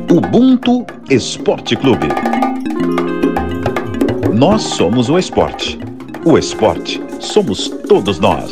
Ubuntu Esporte Clube. Nós somos o esporte. O esporte somos todos nós.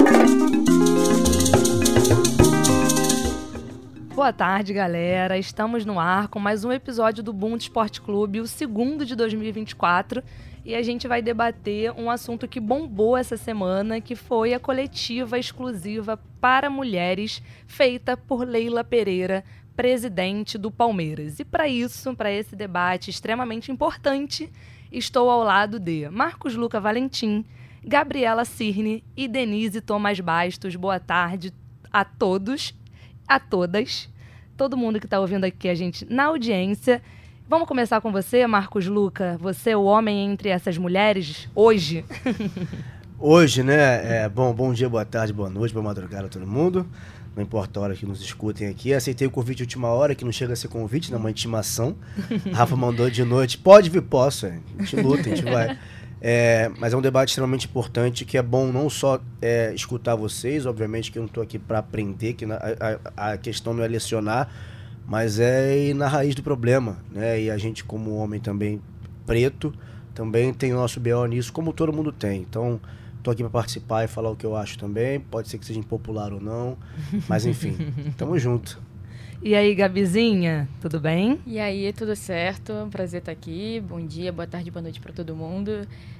Boa tarde, galera. Estamos no ar com mais um episódio do Ubuntu Esporte Clube, o segundo de 2024. E a gente vai debater um assunto que bombou essa semana, que foi a coletiva exclusiva para mulheres, feita por Leila Pereira, presidente do Palmeiras. E para isso, para esse debate extremamente importante, estou ao lado de Marcos Luca Valentim, Gabriela Cirne e Denise Thomas Bastos. Boa tarde a todos, a todas, todo mundo que está ouvindo aqui a gente na audiência. Vamos começar com você, Marcos Luca. Você é o homem entre essas mulheres hoje? Hoje, né? Bom dia, boa tarde, boa noite, boa madrugada a todo mundo. Não importa a hora que nos escutem aqui. Aceitei o convite de última hora, que não chega a ser convite, né? Uma intimação. Rafa mandou de noite. Pode vir, posso. A gente luta, a gente vai. Mas é um debate extremamente importante, que é bom não só escutar vocês, obviamente que eu não estou aqui para aprender, que a questão não é lecionar, mas é ir na raiz do problema, né? E a gente, como homem também preto, também tem o nosso BO nisso, como todo mundo tem. Então, tô aqui para participar e falar o que eu acho também. Pode ser que seja impopular ou não, mas enfim, tamo junto. E aí, Gabizinha, tudo bem? E aí, tudo certo? Prazer estar aqui. Bom dia, boa tarde, boa noite para todo mundo.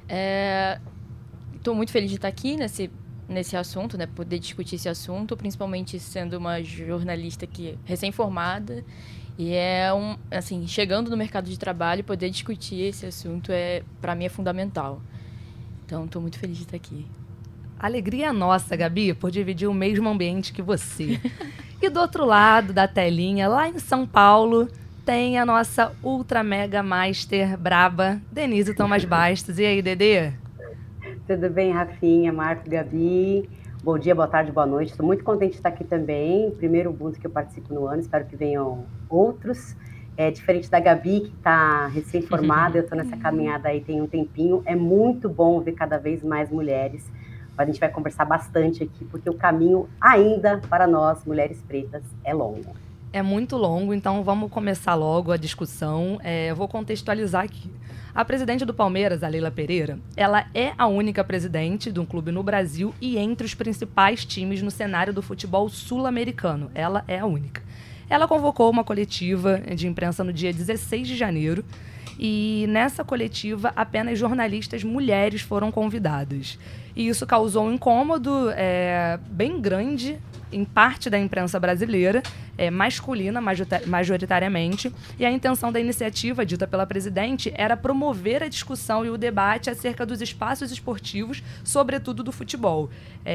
Tô muito feliz de estar aqui nesse assunto, né? Poder discutir esse assunto, principalmente sendo uma jornalista que recém-formada. E assim, chegando no mercado de trabalho, poder discutir esse assunto para mim é fundamental. Então, estou muito feliz de estar aqui. Alegria nossa, Gabi, por dividir o mesmo ambiente que você. E do outro lado da telinha, lá em São Paulo, tem a nossa Ultra Mega Master braba, Denise Thomas Bastos. E aí, Dedê? Tudo bem, Rafinha, Marco, Gabi? Bom dia, boa tarde, boa noite. Estou muito contente de estar aqui também. Primeiro Ubuntu que eu participo no ano, espero que venham outros. Diferente da Gabi, que está recém-formada, eu estou nessa caminhada aí tem um tempinho. É muito bom ver cada vez mais mulheres. A gente vai conversar bastante aqui, porque o caminho ainda para nós, mulheres pretas, é longo. É muito longo, então vamos começar logo a discussão. Eu vou contextualizar aqui. A presidente do Palmeiras, a Leila Pereira, ela é a única presidente de um clube no Brasil e entre os principais times no cenário do futebol sul-americano. Ela é a única. Ela convocou uma coletiva de imprensa no dia 16 de janeiro e nessa coletiva apenas jornalistas mulheres foram convidadas. E isso causou um incômodo bem grande em parte da imprensa brasileira, masculina majoritariamente, e a intenção da iniciativa dita pela presidente era promover a discussão e o debate acerca dos espaços esportivos, sobretudo do futebol.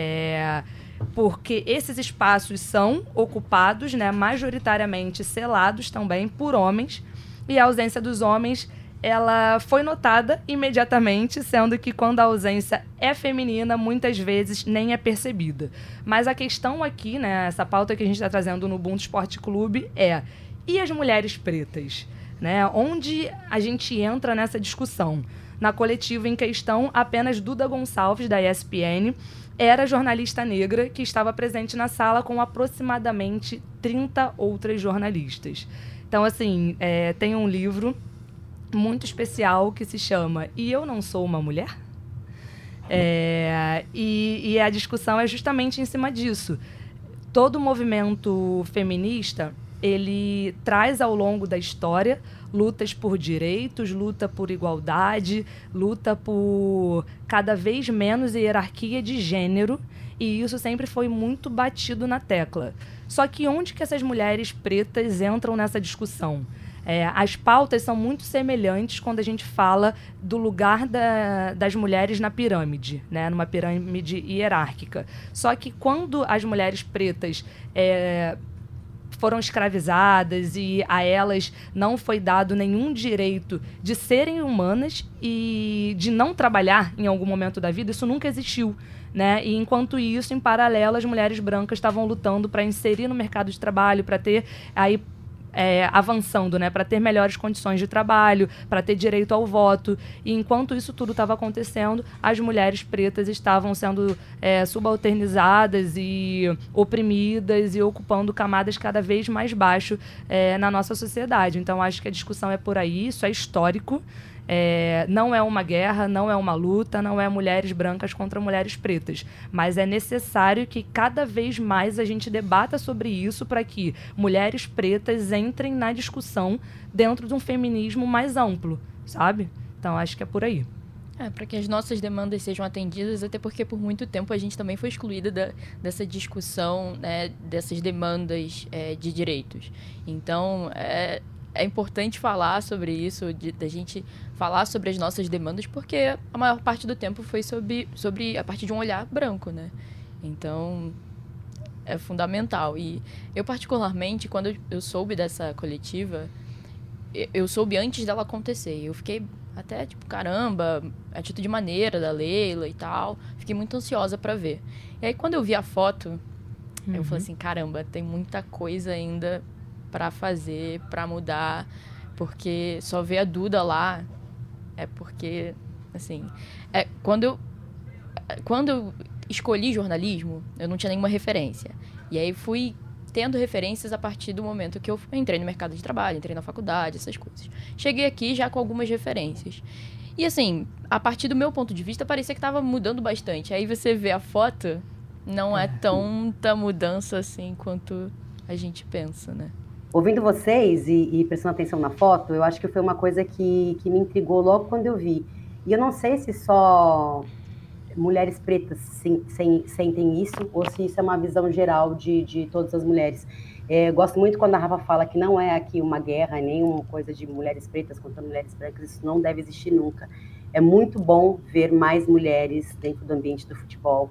Porque esses espaços são ocupados, né, majoritariamente selados também por homens, e a ausência dos homens ela foi notada imediatamente, sendo que quando a ausência é feminina, muitas vezes nem é percebida. Mas a questão aqui, né, essa pauta que a gente está trazendo no Ubuntu Esporte Clube e as mulheres pretas? Né? Onde a gente entra nessa discussão? Na coletiva em questão, apenas Duda Gonçalves, da ESPN, era jornalista negra que estava presente na sala com aproximadamente 30 outras jornalistas. Então, assim, tem um livro muito especial que se chama E Eu Não Sou Uma Mulher? E a discussão é justamente em cima disso. Todo movimento feminista, ele traz ao longo da história lutas por direitos, luta por igualdade, luta por cada vez menos hierarquia de gênero, e isso sempre foi muito batido na tecla. Só que onde que essas mulheres pretas entram nessa discussão? As pautas são muito semelhantes quando a gente fala do lugar das mulheres na pirâmide, né? Numa pirâmide hierárquica. Só que quando as mulheres pretas foram escravizadas e a elas não foi dado nenhum direito de serem humanas e de não trabalhar em algum momento da vida, isso nunca existiu. Né? E enquanto isso, em paralelo, as mulheres brancas estavam lutando para inserir no mercado de trabalho, para ter aí avançando, né, para ter melhores condições de trabalho, para ter direito ao voto. E enquanto isso tudo estava acontecendo, as mulheres pretas estavam sendo subalternizadas e oprimidas e ocupando camadas cada vez mais baixo na nossa sociedade. Então, acho que a discussão é por aí, isso é histórico. Não é uma guerra, não é uma luta, não é mulheres brancas contra mulheres pretas, mas é necessário que cada vez mais a gente debata sobre isso para que mulheres pretas entrem na discussão dentro de um feminismo mais amplo, sabe? Então acho que é por aí. Para que as nossas demandas sejam atendidas, até porque por muito tempo a gente também foi excluída dessa discussão, né, dessas demandas de direitos. Então, é importante falar sobre isso, da gente falar sobre as nossas demandas, porque a maior parte do tempo foi sobre a partir de um olhar branco, né? Então, é fundamental. E eu, particularmente, quando eu soube dessa coletiva, eu soube antes dela acontecer. Eu fiquei até, tipo, caramba, atitude maneira da Leila e tal. Fiquei muito ansiosa para ver. E aí, quando eu vi a foto, eu falei assim, caramba, tem muita coisa ainda para fazer, para mudar, porque só ver a Duda lá é porque, assim, quando eu escolhi jornalismo, eu não tinha nenhuma referência. E aí fui tendo referências a partir do momento que eu entrei no mercado de trabalho, entrei na faculdade, essas coisas. Cheguei aqui já com algumas referências. E assim, a partir do meu ponto de vista, parecia que estava mudando bastante. Aí você vê a foto, não é tanta mudança assim quanto a gente pensa, né? Ouvindo vocês e prestando atenção na foto, eu acho que foi uma coisa que me intrigou logo quando eu vi. E eu não sei se só mulheres pretas sentem isso, ou se isso é uma visão geral de todas as mulheres. Gosto muito quando a Rafa fala que não é aqui uma guerra, nem uma coisa de mulheres pretas contra mulheres brancas, isso não deve existir nunca. É muito bom ver mais mulheres dentro do ambiente do futebol.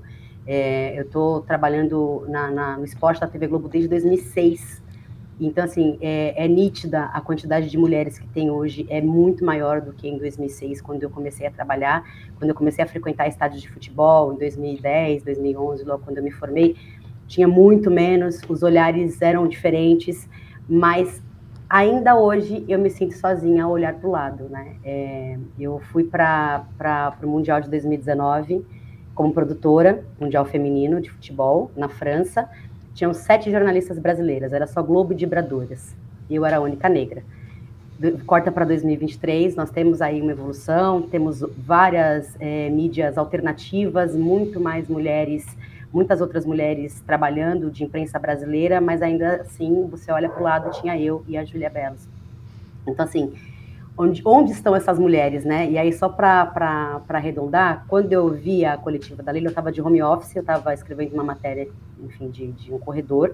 Eu estou trabalhando no esporte da TV Globo desde 2006, então, assim, é nítida a quantidade de mulheres que tem hoje, é muito maior do que em 2006, quando eu comecei a trabalhar, quando eu comecei a frequentar estádios de futebol, em 2010, 2011, logo quando eu me formei, tinha muito menos, os olhares eram diferentes, mas ainda hoje eu me sinto sozinha a olhar para o lado, né? Eu fui para o Mundial de 2019 como produtora, Mundial Feminino de Futebol, na França. Tinham 7 jornalistas brasileiras, era só Globo de Bradoras, e eu era a única negra. Corta para 2023, nós temos aí uma evolução, temos várias mídias alternativas, muito mais mulheres, muitas outras mulheres trabalhando de imprensa brasileira, mas ainda assim, você olha para o lado, tinha eu e a Júlia Belos. Então, assim, onde estão essas mulheres, né? E aí, só para arredondar, quando eu vi a coletiva da Leila, eu estava de home office, eu estava escrevendo uma matéria, enfim, de um corredor,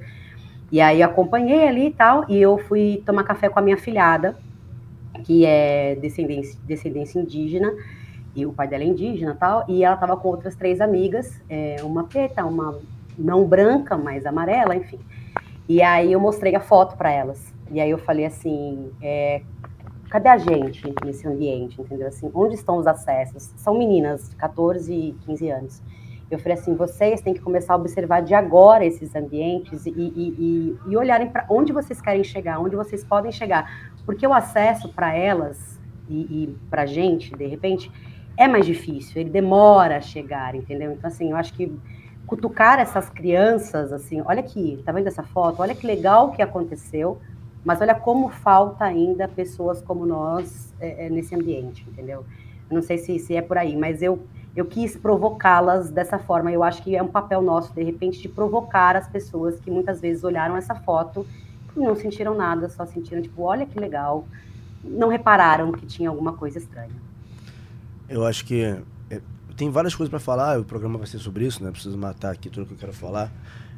e aí acompanhei ali e tal, e eu fui tomar café com a minha filhada, que é descendência indígena, e o pai dela é indígena e tal, e ela estava com outras 3 amigas, uma preta, uma não branca, mas amarela, enfim. E aí eu mostrei a foto para elas, e aí eu falei assim, cadê a gente nesse ambiente, entendeu? Assim, onde estão os acessos? São meninas de 14 e 15 anos. Eu falei assim, vocês têm que começar a observar de agora esses ambientes e olharem para onde vocês querem chegar, onde vocês podem chegar. Porque o acesso para elas e para a gente, de repente, é mais difícil, ele demora a chegar, entendeu? Então, assim, eu acho que cutucar essas crianças, assim, olha aqui, tá vendo essa foto? Olha que legal que aconteceu, mas olha como falta ainda pessoas como nós nesse ambiente, entendeu? Eu não sei se é por aí, mas eu quis provocá-las dessa forma. Eu acho que é um papel nosso, de repente, de provocar as pessoas que muitas vezes olharam essa foto e não sentiram nada, só sentiram, tipo, olha que legal. Não repararam que tinha alguma coisa estranha. Eu acho que tem várias coisas para falar, o programa vai ser sobre isso, né? Preciso matar aqui tudo que eu quero falar.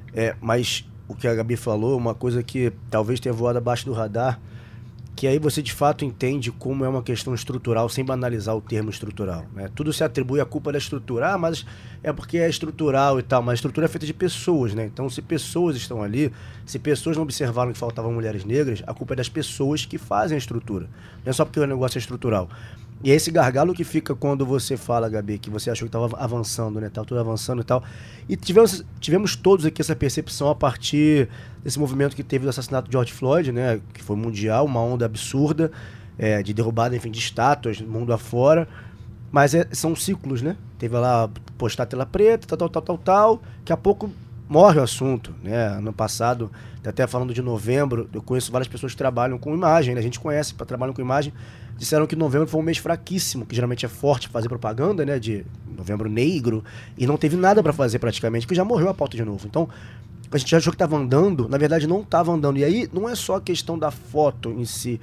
Mas o que a Gabi falou, uma coisa que talvez tenha voado abaixo do radar, que aí você de fato entende como é uma questão estrutural, sem banalizar o termo estrutural, né? Tudo se atribui à culpa da estrutura, mas é porque é estrutural e tal, mas a estrutura é feita de pessoas, né? Então, se pessoas estão ali, se pessoas não observaram que faltavam mulheres negras, a culpa é das pessoas que fazem a estrutura. Não é só porque o negócio é estrutural. E é esse gargalo que fica quando você fala, Gabi, que você achou que estava avançando, né? Tava tudo avançando e tal. E tivemos todos aqui essa percepção a partir desse movimento que teve do assassinato de George Floyd, né? Que foi mundial, uma onda absurda de derrubada, enfim, de estátuas, mundo afora. Mas são ciclos, né? Teve lá postar tela preta, tal. Daqui a pouco morre o assunto, né? Ano passado, até falando de novembro, eu conheço várias pessoas que trabalham com imagem, né? A gente conhece, trabalham com imagem. Disseram que novembro foi um mês fraquíssimo, que geralmente é forte fazer propaganda, né? De novembro negro. E não teve nada para fazer praticamente, porque já morreu a pauta de novo. Então, a gente achou que estava andando, na verdade não estava andando. E aí, não é só a questão da foto em si.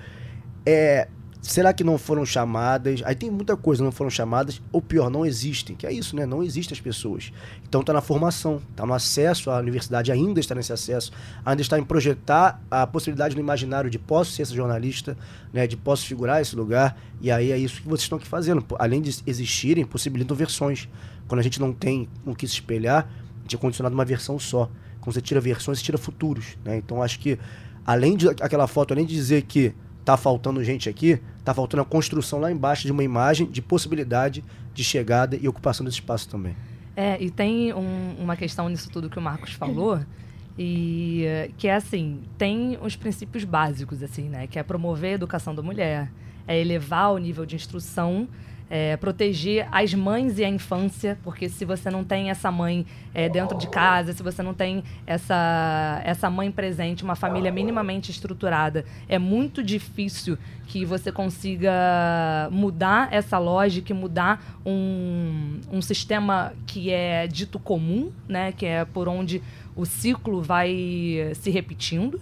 Será que não foram chamadas? Aí tem muita coisa, não foram chamadas, ou pior, não existem, que é isso, né? Não existem as pessoas. Então tá na formação, tá no acesso à universidade, ainda está nesse acesso, ainda está em projetar a possibilidade no imaginário de posso ser esse jornalista, né? De posso figurar esse lugar, e aí é isso que vocês estão aqui fazendo. Além de existirem, possibilitam versões. Quando a gente não tem o que se espelhar, a gente é condicionado a uma versão só. Quando você tira versões, você tira futuros, né? Então acho que, além de aquela foto, além de dizer que tá faltando gente aqui, tá faltando a construção lá embaixo de uma imagem de possibilidade de chegada e ocupação desse espaço também. E tem uma questão nisso tudo que o Marcos falou, e que é assim, tem os princípios básicos, assim, né? Que é promover a educação da mulher, é elevar o nível de instrução, proteger as mães e a infância, porque se você não tem essa mãe dentro de casa, se você não tem essa mãe presente, uma família minimamente estruturada, é muito difícil que você consiga mudar essa lógica e mudar um sistema que é dito comum, né? Que é por onde o ciclo vai se repetindo.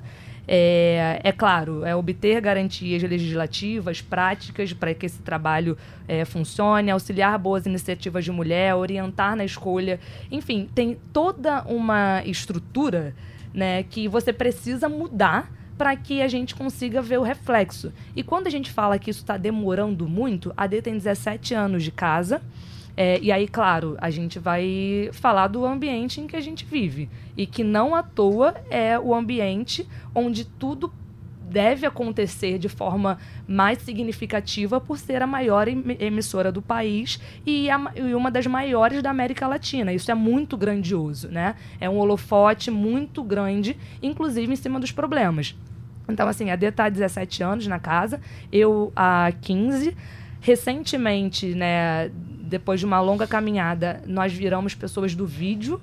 Claro, obter garantias legislativas, práticas para que esse trabalho funcione, auxiliar boas iniciativas de mulher, orientar na escolha. Enfim, tem toda uma estrutura, né, que você precisa mudar para que a gente consiga ver o reflexo. E quando a gente fala que isso está demorando muito, a Dê tem 17 anos de casa. E aí, claro, a gente vai falar do ambiente em que a gente vive. E que não à toa é o ambiente onde tudo deve acontecer de forma mais significativa por ser a maior emissora do país e uma das maiores da América Latina. Isso é muito grandioso, né? É um holofote muito grande, inclusive em cima dos problemas. Então, assim, a Dê está há 17 anos na casa, eu há 15. Recentemente, né, depois de uma longa caminhada, nós viramos pessoas do vídeo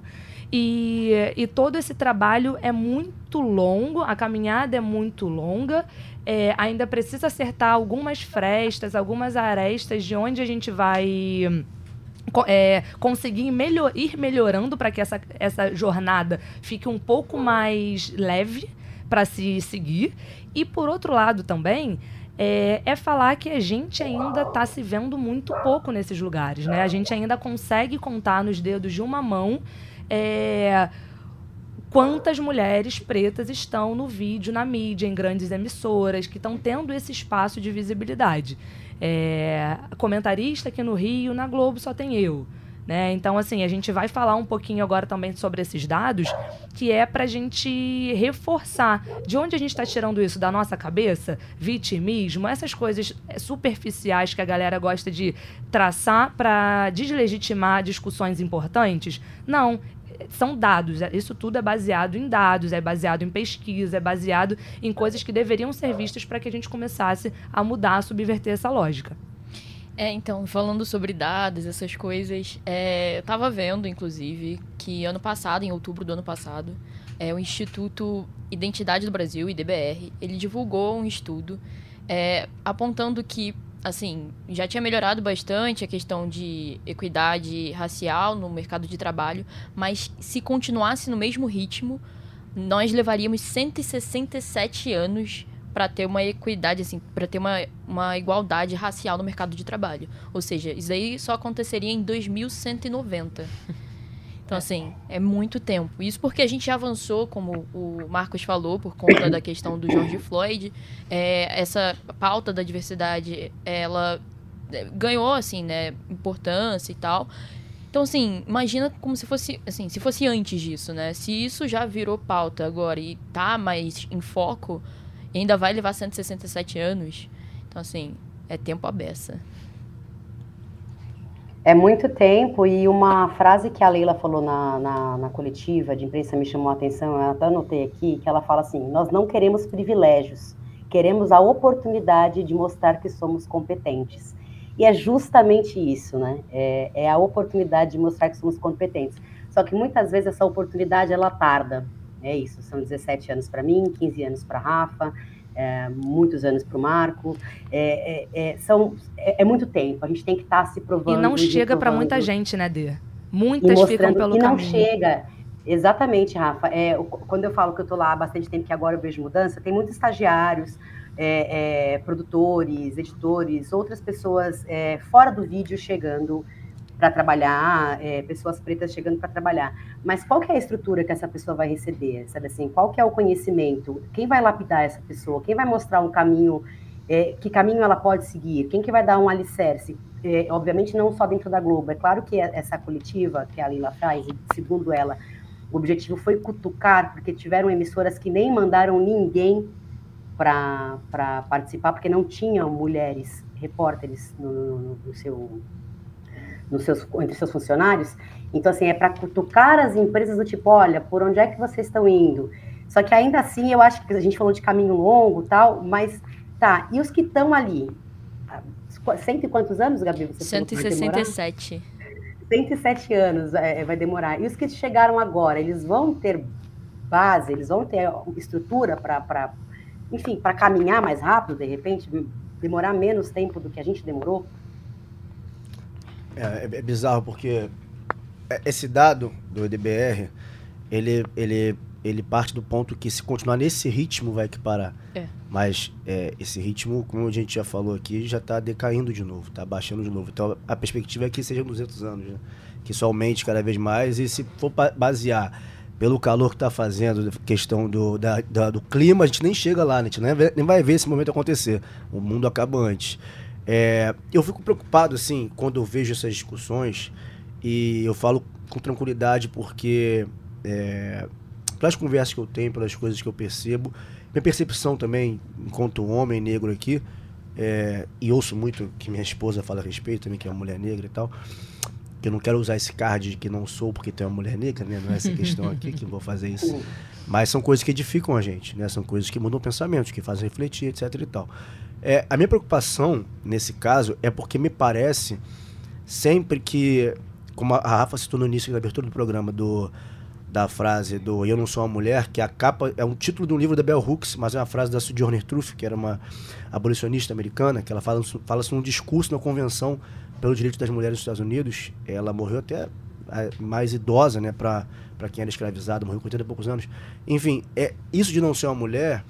e todo esse trabalho é muito longo, a caminhada é muito longa, ainda precisa acertar algumas frestas, algumas arestas de onde a gente vai conseguir ir melhorando para que essa jornada fique um pouco mais leve para se seguir. E, por outro lado, também, falar que a gente ainda está se vendo muito pouco nesses lugares, né? A gente ainda consegue contar nos dedos de uma mão quantas mulheres pretas estão no vídeo, na mídia, em grandes emissoras, que estão tendo esse espaço de visibilidade. Comentarista aqui no Rio, na Globo só tem eu. Né? Então, assim, a gente vai falar um pouquinho agora também sobre esses dados, que é para a gente reforçar de onde a gente está tirando isso, da nossa cabeça, vitimismo, essas coisas superficiais que a galera gosta de traçar para deslegitimar discussões importantes. Não, são dados, isso tudo é baseado em dados, é baseado em pesquisa, é baseado em coisas que deveriam ser vistas para que a gente começasse a mudar, a subverter essa lógica. Então, falando sobre dados, essas coisas, eu estava vendo, inclusive, que ano passado, em outubro do ano passado, o Instituto Identidade do Brasil, IDBR, ele divulgou um estudo apontando que, assim, já tinha melhorado bastante a questão de equidade racial no mercado de trabalho, mas se continuasse no mesmo ritmo, nós levaríamos 167 anos para ter uma equidade, assim, para ter uma igualdade racial no mercado de trabalho. Ou seja, isso aí só aconteceria em 2190. Então, assim, é muito tempo. Isso porque a gente avançou, como o Marcos falou, por conta da questão do George Floyd. Essa pauta da diversidade, ela ganhou, assim, né, importância e tal. Então, assim, imagina como se fosse, assim, se fosse antes disso, né? Se isso já virou pauta agora e tá mais em foco, ainda vai levar 167 anos. Então, assim, é tempo à beça. É muito tempo, e uma frase que a Leila falou na coletiva de imprensa me chamou a atenção, eu até anotei aqui, que ela fala assim: nós não queremos privilégios, queremos a oportunidade de mostrar que somos competentes. E é justamente isso, né? É a oportunidade de mostrar que somos competentes. Só que muitas vezes essa oportunidade, ela tarda. É isso, são 17 anos para mim, 15 anos para a Rafa, muitos anos para o Marco. É muito tempo, a gente tem que estar se provando. E não chega para muita gente, né, Dê? Muitas ficam pelo caminho. E não chega. Exatamente, Rafa. Quando eu falo que eu estou lá há bastante tempo, que agora eu vejo mudança, tem muitos estagiários, produtores, editores, outras pessoas fora do vídeo chegando para trabalhar, pessoas pretas chegando para trabalhar. Mas qual que é a estrutura que essa pessoa vai receber? Sabe assim, qual que é o conhecimento? Quem vai lapidar essa pessoa? Quem vai mostrar um caminho? Que caminho ela pode seguir? Quem que vai dar um alicerce? Obviamente não só dentro da Globo. É claro que essa coletiva que a Leila faz, segundo ela, o objetivo foi cutucar, porque tiveram emissoras que nem mandaram ninguém para participar, porque não tinham mulheres repórteres entre seus funcionários. Então, assim, é para cutucar as empresas do tipo, olha, por onde é que vocês estão indo? Só que ainda assim, eu acho que a gente falou de caminho longo e tal, mas tá, e os que estão ali? Cento e quantos anos, Gabi? 167. 107 anos vai demorar. E os que chegaram agora, eles vão ter base, eles vão ter estrutura para enfim, para caminhar mais rápido, de repente, demorar menos tempo do que a gente demorou? É bizarro, porque esse dado do EDBR, ele parte do ponto que, se continuar nesse ritmo, vai equiparar. Mas esse ritmo, como a gente já falou aqui, já está decaindo de novo, está baixando de novo. Então, a perspectiva é que sejam 200 anos, né? Que isso aumente cada vez mais. E se for basear pelo calor que está fazendo, questão do clima, a gente nem chega lá, né? A gente nem vai ver esse momento acontecer. O mundo acaba antes. Eu fico preocupado, assim, quando eu vejo essas discussões, e eu falo com tranquilidade porque, pelas conversas que eu tenho, pelas coisas que eu percebo, minha percepção também, enquanto homem negro aqui, e ouço muito que minha esposa fala a respeito também, que é uma mulher negra e tal, que eu não quero usar esse card de que não sou porque tenho uma mulher negra, né? Não é essa questão aqui, que eu vou fazer isso. Mas são coisas que edificam a gente, né? São coisas que mudam pensamentos, que fazem refletir, etc e tal. A minha preocupação, nesse caso, é porque me parece, sempre que, como a Rafa citou no início da abertura do programa, da frase do Eu Não Sou uma Mulher, que a capa é um título de um livro da Bell Hooks, mas é uma frase da Sojourner Truth, que era uma abolicionista americana, que ela fala num discurso na Convenção pelo Direito das Mulheres dos Estados Unidos. Ela morreu até mais idosa, né, para quem era escravizado, morreu com 80 e poucos anos. Enfim, isso de não ser uma mulher,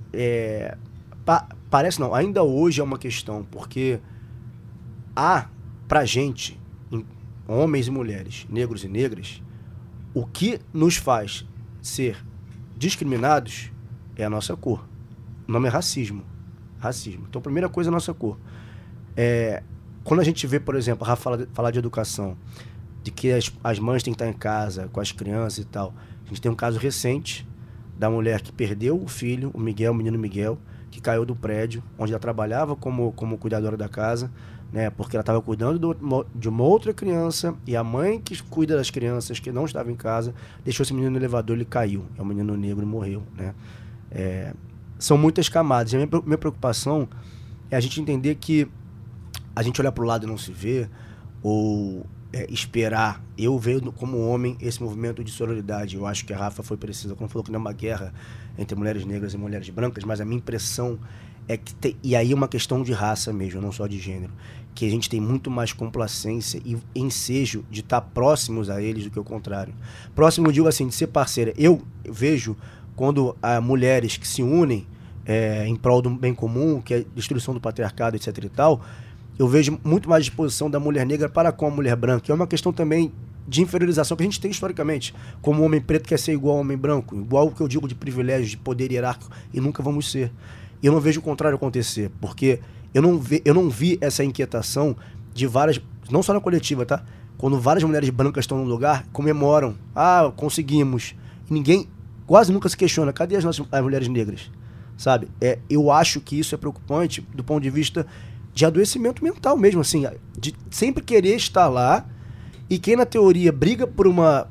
parece não, ainda hoje é uma questão, porque pra gente, homens e mulheres, negros e negras, o que nos faz ser discriminados é a nossa cor. O nome é racismo. Então, a primeira coisa é a nossa cor. Quando a gente vê, por exemplo, a Rafa falar de educação, de que as mães têm que estar em casa com as crianças e tal. A gente tem um caso recente da mulher que perdeu o filho, o menino Miguel, que caiu do prédio, onde ela trabalhava como cuidadora da casa, né, porque ela estava cuidando de uma outra criança, e a mãe que cuida das crianças, que não estava em casa, deixou esse menino no elevador, ele caiu. É um menino negro e morreu, né? São muitas camadas. A minha preocupação é a gente entender que a gente olhar para o lado e não se vê, ou esperar. Eu vejo como homem esse movimento de sororidade. Eu acho que a Rafa foi precisa quando falou que não é uma guerra entre mulheres negras e mulheres brancas, mas a minha impressão é que e aí é uma questão de raça mesmo, não só de gênero, que a gente tem muito mais complacência e ensejo de estar próximos a eles do que o contrário. Próximo, eu digo assim, de ser parceira. Eu vejo quando há mulheres que se unem em prol do bem comum, que é a destruição do patriarcado, etc e tal, eu vejo muito mais disposição da mulher negra para com a mulher branca. É uma questão também de inferiorização que a gente tem historicamente. Como o homem preto quer ser igual ao homem branco, igual o que eu digo de privilégio, de poder hierárquico, e nunca vamos ser. E eu não vejo o contrário acontecer, porque eu não vi essa inquietação de várias, não só na coletiva, tá? Quando várias mulheres brancas estão no lugar, comemoram. Conseguimos. E ninguém quase nunca se questiona, cadê as mulheres negras? Sabe? Eu acho que isso é preocupante do ponto de vista de adoecimento mental mesmo, assim, de sempre querer estar lá, e quem na teoria briga por uma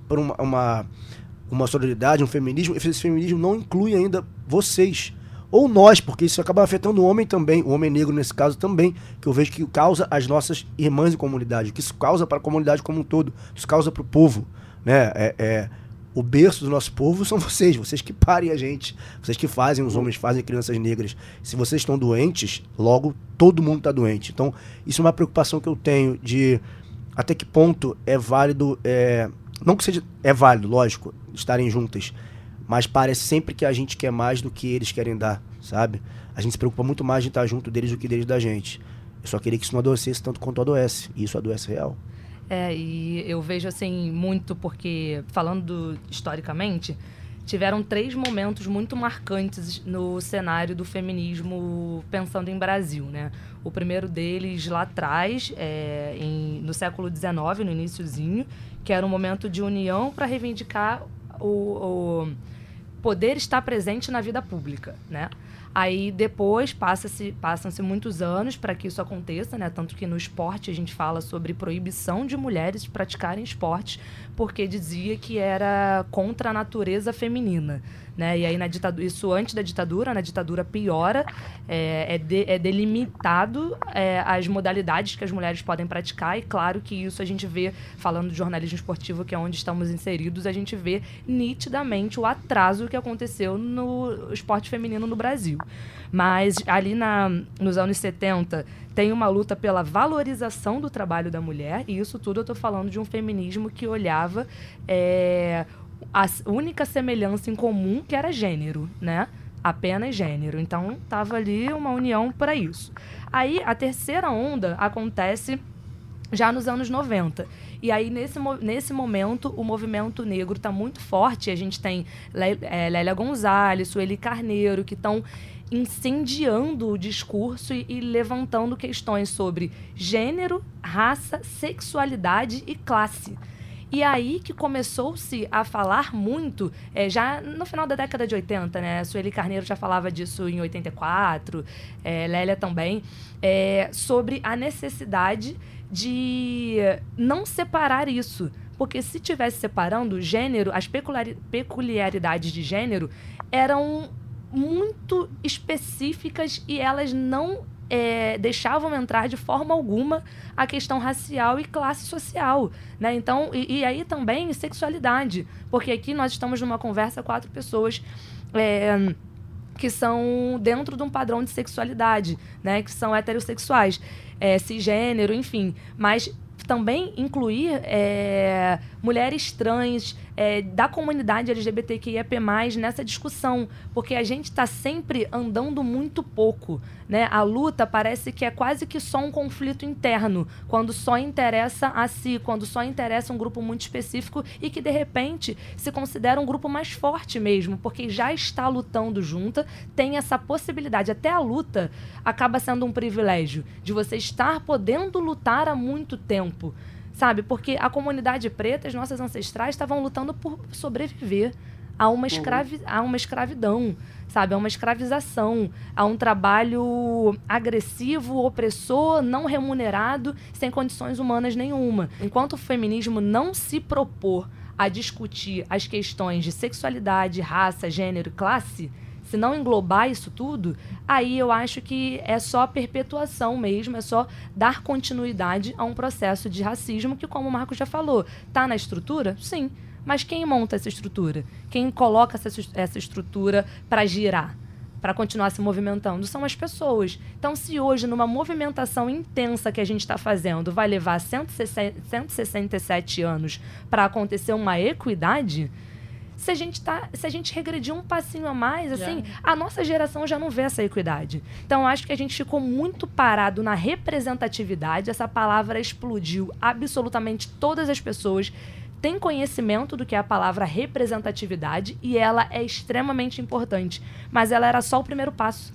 sororidade, um feminismo, esse feminismo não inclui ainda vocês. Ou nós, porque isso acaba afetando o homem também, o homem negro nesse caso também, que eu vejo que causa as nossas irmãs em comunidade, que isso causa para a comunidade como um todo, isso causa para o povo, né? O berço do nosso povo são vocês que parem a gente, vocês que fazem os homens, fazem crianças negras. Se vocês estão doentes, logo todo mundo está doente. Então, isso é uma preocupação que eu tenho de até que ponto é válido, não que seja, é válido, lógico, estarem juntas, mas parece sempre que a gente quer mais do que eles querem dar, sabe? A gente se preocupa muito mais de estar junto deles do que deles da gente. Eu só queria que isso não adoecesse tanto quanto adoece. E isso adoece real. E eu vejo, assim, muito porque, falando historicamente, tiveram 3 momentos muito marcantes no cenário do feminismo pensando em Brasil, né? O primeiro deles lá atrás, no século XIX, no iniciozinho, que era um momento de união para reivindicar o poder estar presente na vida pública, né? Aí depois passam-se muitos anos para que isso aconteça, né? Tanto que no esporte a gente fala sobre proibição de mulheres praticarem esportes, porque dizia que era contra a natureza feminina, né? E aí na ditadura, isso antes da ditadura, na ditadura piora, é delimitado as modalidades que as mulheres podem praticar, e claro que isso a gente vê, falando de jornalismo esportivo, que é onde estamos inseridos, a gente vê nitidamente o atraso que aconteceu no esporte feminino no Brasil. Mas ali nos anos 70 tem uma luta pela valorização do trabalho da mulher, e isso tudo eu estou falando de um feminismo que olhava a única semelhança em comum, que era gênero, né? Apenas gênero. Então, estava ali uma união para isso. Aí, a terceira onda acontece já nos anos 90. E aí, nesse momento, o movimento negro está muito forte. A gente tem Lélia Gonzalez, Sueli Carneiro, que estão incendiando o discurso e levantando questões sobre gênero, raça, sexualidade e classe. E aí que começou-se a falar muito, já no final da década de 80, né? Sueli Carneiro já falava disso em 84, Lélia também, sobre a necessidade de não separar isso. Porque se estivesse separando, gênero, as peculiaridades de gênero eram muito específicas e elas não deixavam entrar de forma alguma a questão racial e classe social, né? Então, e aí também sexualidade, porque aqui nós estamos numa conversa 4 pessoas que são dentro de um padrão de sexualidade, né? Que são heterossexuais, cisgênero, enfim, mas também incluir mulheres trans, da comunidade LGBTQIAP+, nessa discussão, porque a gente está sempre andando muito pouco, né? A luta parece que é quase que só um conflito interno, quando só interessa a si, quando só interessa um grupo muito específico e que, de repente, se considera um grupo mais forte mesmo, porque já está lutando junta, tem essa possibilidade. Até a luta acaba sendo um privilégio de você estar podendo lutar há muito tempo, sabe? Porque a comunidade preta, as nossas ancestrais, estavam lutando por sobreviver a uma escravidão, sabe? A uma escravização, a um trabalho agressivo, opressor, não remunerado, sem condições humanas nenhuma. Enquanto o feminismo não se propor a discutir as questões de sexualidade, raça, gênero e classe, se não englobar isso tudo, aí eu acho que é só perpetuação mesmo, é só dar continuidade a um processo de racismo que, como o Marcos já falou, está na estrutura? Sim. Mas quem monta essa estrutura? Quem coloca essa estrutura para girar, para continuar se movimentando? São as pessoas. Então, se hoje, numa movimentação intensa que a gente está fazendo, vai levar 167 anos para acontecer uma equidade, se a gente regredir um passinho a mais, assim, a nossa geração já não vê essa equidade. Então, acho que a gente ficou muito parado na representatividade. Essa palavra explodiu. Absolutamente todas as pessoas têm conhecimento do que é a palavra representatividade e ela é extremamente importante. Mas ela era só o primeiro passo.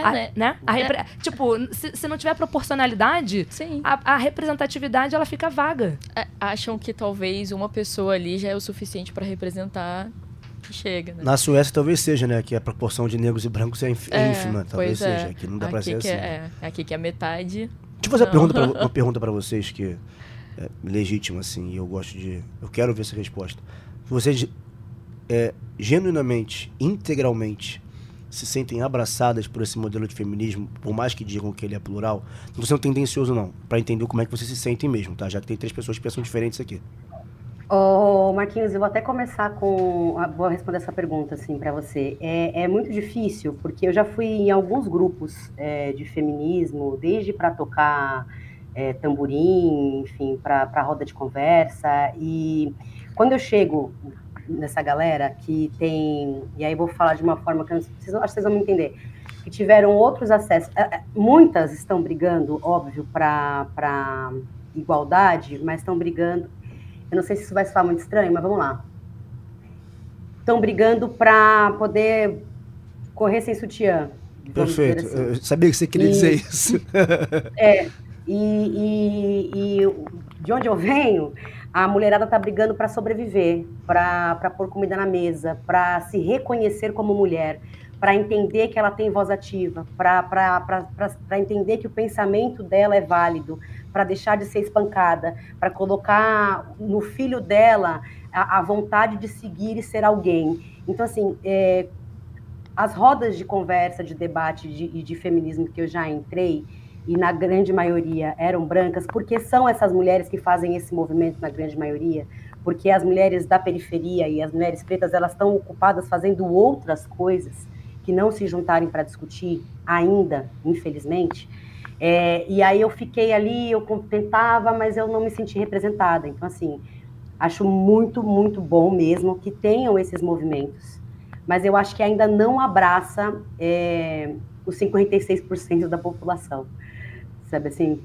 Tipo, se não tiver proporcionalidade, a representatividade ela fica vaga. Acham que talvez uma pessoa ali já é o suficiente para representar que chega, né? Na Suécia talvez seja, né? Que a proporção de negros e brancos é ínfima. Talvez seja. Aqui não dá pra ser assim. Aqui que é metade. Deixa eu fazer uma pergunta pra vocês que é legítima, assim, e eu quero ver essa resposta. Vocês genuinamente, integralmente, se sentem abraçadas por esse modelo de feminismo, por mais que digam que ele é plural? Não tô sendo tendencioso, não, pra entender como é que vocês se sentem mesmo, tá? Já que tem 3 pessoas que pensam diferentes aqui. Marquinhos, eu vou até começar vou responder essa pergunta, assim, pra você. É muito difícil, porque eu já fui em alguns grupos de feminismo, desde para tocar tamborim, enfim, para roda de conversa, e quando eu chego nessa galera que tem, e aí eu vou falar de uma forma que acho que vocês vão me entender, que tiveram outros acessos, muitas estão brigando, óbvio, para igualdade, mas estão brigando, eu não sei se isso vai soar muito estranho, mas vamos lá, estão brigando para poder correr sem sutiã. Perfeito, assim. Eu sabia que você queria dizer isso. E de onde eu venho, a mulherada está brigando para sobreviver, para pôr comida na mesa, para se reconhecer como mulher, para entender que ela tem voz ativa, para entender que o pensamento dela é válido, para deixar de ser espancada, para colocar no filho dela a vontade de seguir e ser alguém. Então, assim, as rodas de conversa, de debate e de feminismo que eu já entrei, e na grande maioria eram brancas, porque são essas mulheres que fazem esse movimento na grande maioria, porque as mulheres da periferia e as mulheres pretas, elas estão ocupadas fazendo outras coisas que não se juntarem para discutir ainda, infelizmente. E aí eu fiquei ali, eu tentava, mas eu não me senti representada. Então, assim, acho muito, muito bom mesmo que tenham esses movimentos, mas eu acho que ainda não abraça os 56% da população. Sabe assim?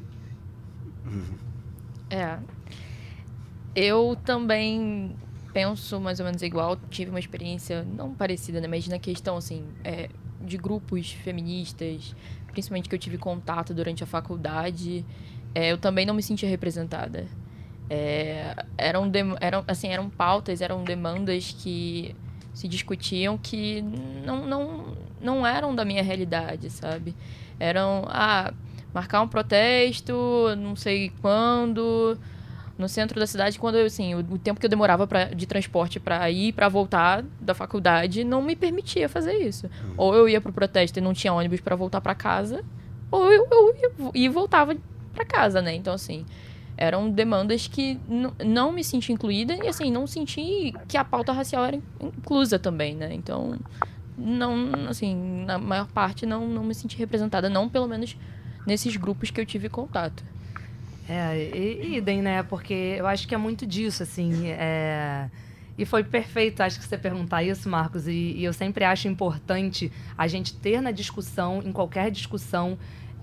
Eu também penso mais ou menos igual. Tive uma experiência não parecida, né? Mas na questão, assim, de grupos feministas, principalmente que eu tive contato durante a faculdade, eu também não me sentia representada. Eram pautas, eram demandas que se discutiam que não eram da minha realidade, sabe? Eram, marcar um protesto, não sei quando, no centro da cidade, quando assim, o tempo que eu demorava de transporte para ir e para voltar da faculdade não me permitia fazer isso. Ou eu ia pro protesto e não tinha ônibus para voltar para casa, ou eu ia e voltava para casa, né? Então, assim, eram demandas que não me senti incluída e, assim, não senti que a pauta racial era inclusa também, né? Então, não, assim, na maior parte não me senti representada, não pelo menos nesses grupos que eu tive contato. Idem, né? Porque eu acho que é muito disso, assim. E foi perfeito, acho que você perguntar isso, Marcos. E eu sempre acho importante a gente ter na discussão, em qualquer discussão,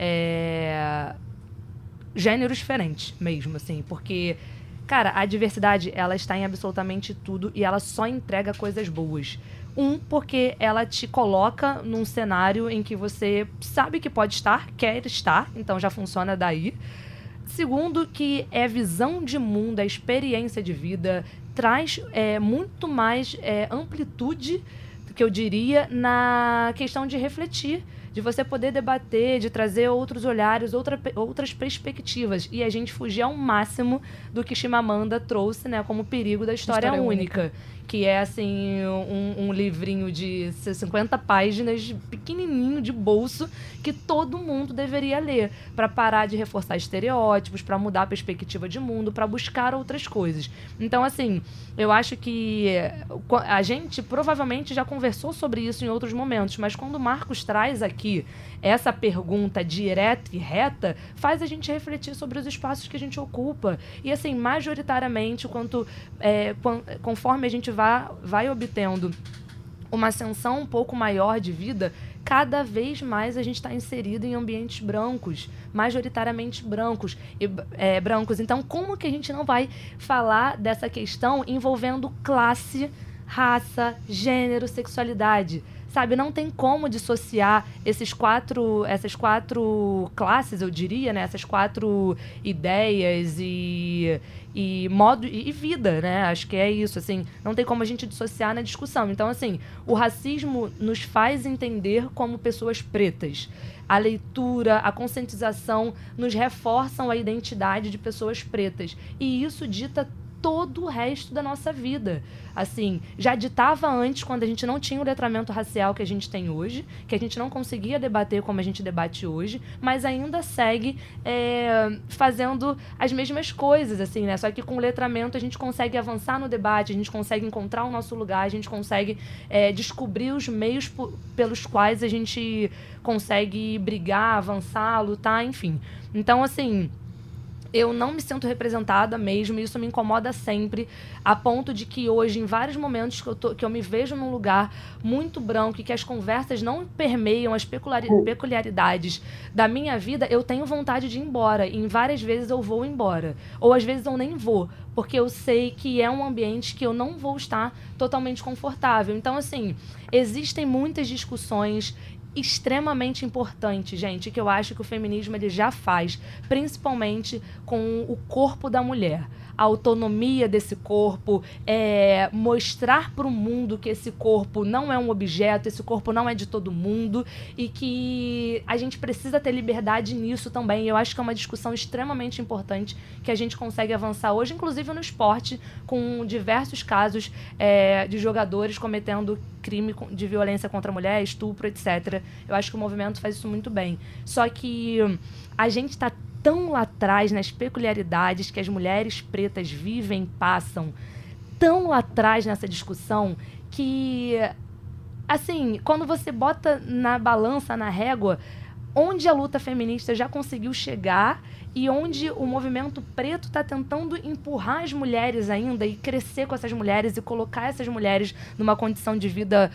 gêneros diferentes mesmo, assim. Porque, cara, a diversidade, ela está em absolutamente tudo e ela só entrega coisas boas. Porque ela te coloca num cenário em que você sabe que pode estar, quer estar, então já funciona daí. Segundo, que visão de mundo, a experiência de vida, traz muito mais amplitude, que eu diria, na questão de refletir, de você poder debater, de trazer outros olhares, outras perspectivas. E a gente fugir ao máximo do que Chimamanda trouxe, né, como perigo da história única. Que é, assim, um livrinho de 50 páginas, pequenininho, de bolso, que todo mundo deveria ler, para parar de reforçar estereótipos, para mudar a perspectiva de mundo, para buscar outras coisas. Então, assim, eu acho que a gente provavelmente já conversou sobre isso em outros momentos, mas quando o Marcos traz aqui essa pergunta direta e reta, faz a gente refletir sobre os espaços que a gente ocupa. E, assim, majoritariamente, conforme a gente vai obtendo uma ascensão um pouco maior de vida, cada vez mais a gente está inserido em ambientes brancos, majoritariamente brancos. Então, como que a gente não vai falar dessa questão envolvendo classe, raça, gênero, sexualidade. Sabe, não tem como dissociar essas quatro classes, eu diria, né? Essas 4 ideias e modo e vida, né? Acho que é isso, assim, não tem como a gente dissociar na discussão. Então, assim, o racismo nos faz entender como pessoas pretas. A leitura, a conscientização nos reforçam a identidade de pessoas pretas. E isso dita todo o resto da nossa vida. Assim, já ditava antes, quando a gente não tinha o letramento racial que a gente tem hoje, que a gente não conseguia debater como a gente debate hoje, mas ainda segue fazendo as mesmas coisas, assim, né? Só que com o letramento a gente consegue avançar no debate, a gente consegue encontrar o nosso lugar, a gente consegue descobrir os meios pelos quais a gente consegue brigar, avançar, lutar, enfim. Então, assim, eu não me sinto representada mesmo, e isso me incomoda sempre, a ponto de que hoje, em vários momentos que eu me vejo num lugar muito branco e que as conversas não permeiam as peculiaridades da minha vida, eu tenho vontade de ir embora. E em várias vezes eu vou embora. Ou às vezes eu nem vou, porque eu sei que é um ambiente que eu não vou estar totalmente confortável. Então, assim, existem muitas discussões extremamente importante, gente, que eu acho que o feminismo ele já faz, principalmente com o corpo da mulher. A autonomia desse corpo, mostrar para o mundo que esse corpo não é um objeto, esse corpo não é de todo mundo e que a gente precisa ter liberdade nisso também. Eu acho que é uma discussão extremamente importante que a gente consegue avançar hoje, inclusive no esporte, com diversos casos de jogadores cometendo crime de violência contra a mulher, estupro, etc. Eu acho que o movimento faz isso muito bem. Só que a gente está tão lá atrás nas peculiaridades que as mulheres pretas vivem, passam, tão lá atrás nessa discussão que, assim, quando você bota na balança, na régua, onde a luta feminista já conseguiu chegar e onde o movimento preto está tentando empurrar as mulheres ainda e crescer com essas mulheres e colocar essas mulheres numa condição de vida,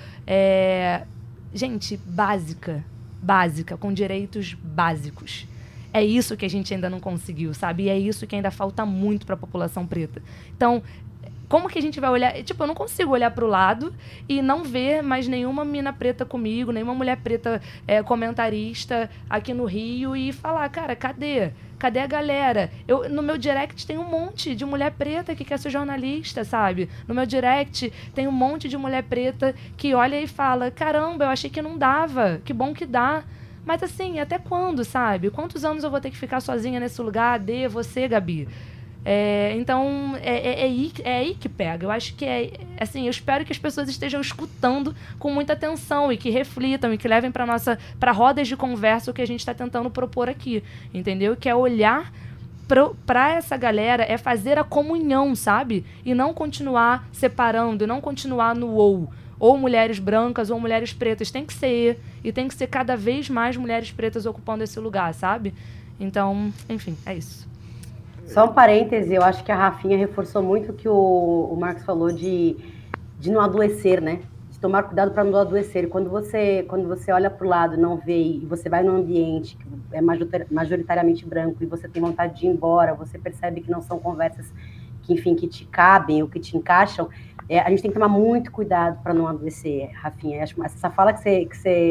gente, básica, com direitos básicos. É isso que a gente ainda não conseguiu, sabe? E é isso que ainda falta muito para a população preta. Então, como que a gente vai olhar? Tipo, eu não consigo olhar para o lado e não ver mais nenhuma mina preta comigo, nenhuma mulher preta comentarista aqui no Rio e falar, cara, cadê? Cadê a galera? No meu direct tem um monte de mulher preta que quer ser jornalista, sabe? No meu direct tem um monte de mulher preta que olha e fala, caramba, eu achei que não dava, que bom que dá. Mas assim, até quando, sabe? Quantos anos eu vou ter que ficar sozinha nesse lugar? Você, Gabi. Então, é aí que pega. Eu acho que assim, eu espero que as pessoas estejam escutando com muita atenção e que reflitam e que levem para rodas de conversa o que a gente está tentando propor aqui, entendeu? Que é olhar para essa galera, é fazer a comunhão, sabe? E não continuar separando, e não continuar no ou mulheres brancas ou mulheres pretas. Tem que ser, e tem que ser cada vez mais mulheres pretas ocupando esse lugar, sabe? Então, enfim, é isso. Só um parêntese, eu acho que a Rafinha reforçou muito o que o Marcos falou de não adoecer, né? De tomar cuidado para não adoecer. E quando você olha para o lado, não vê, e você vai num ambiente que é majoritariamente branco e você tem vontade de ir embora, você percebe que não são conversas que, enfim, que te cabem ou que te encaixam, a gente tem que tomar muito cuidado para não adoecer, Rafinha. Acho que essa fala que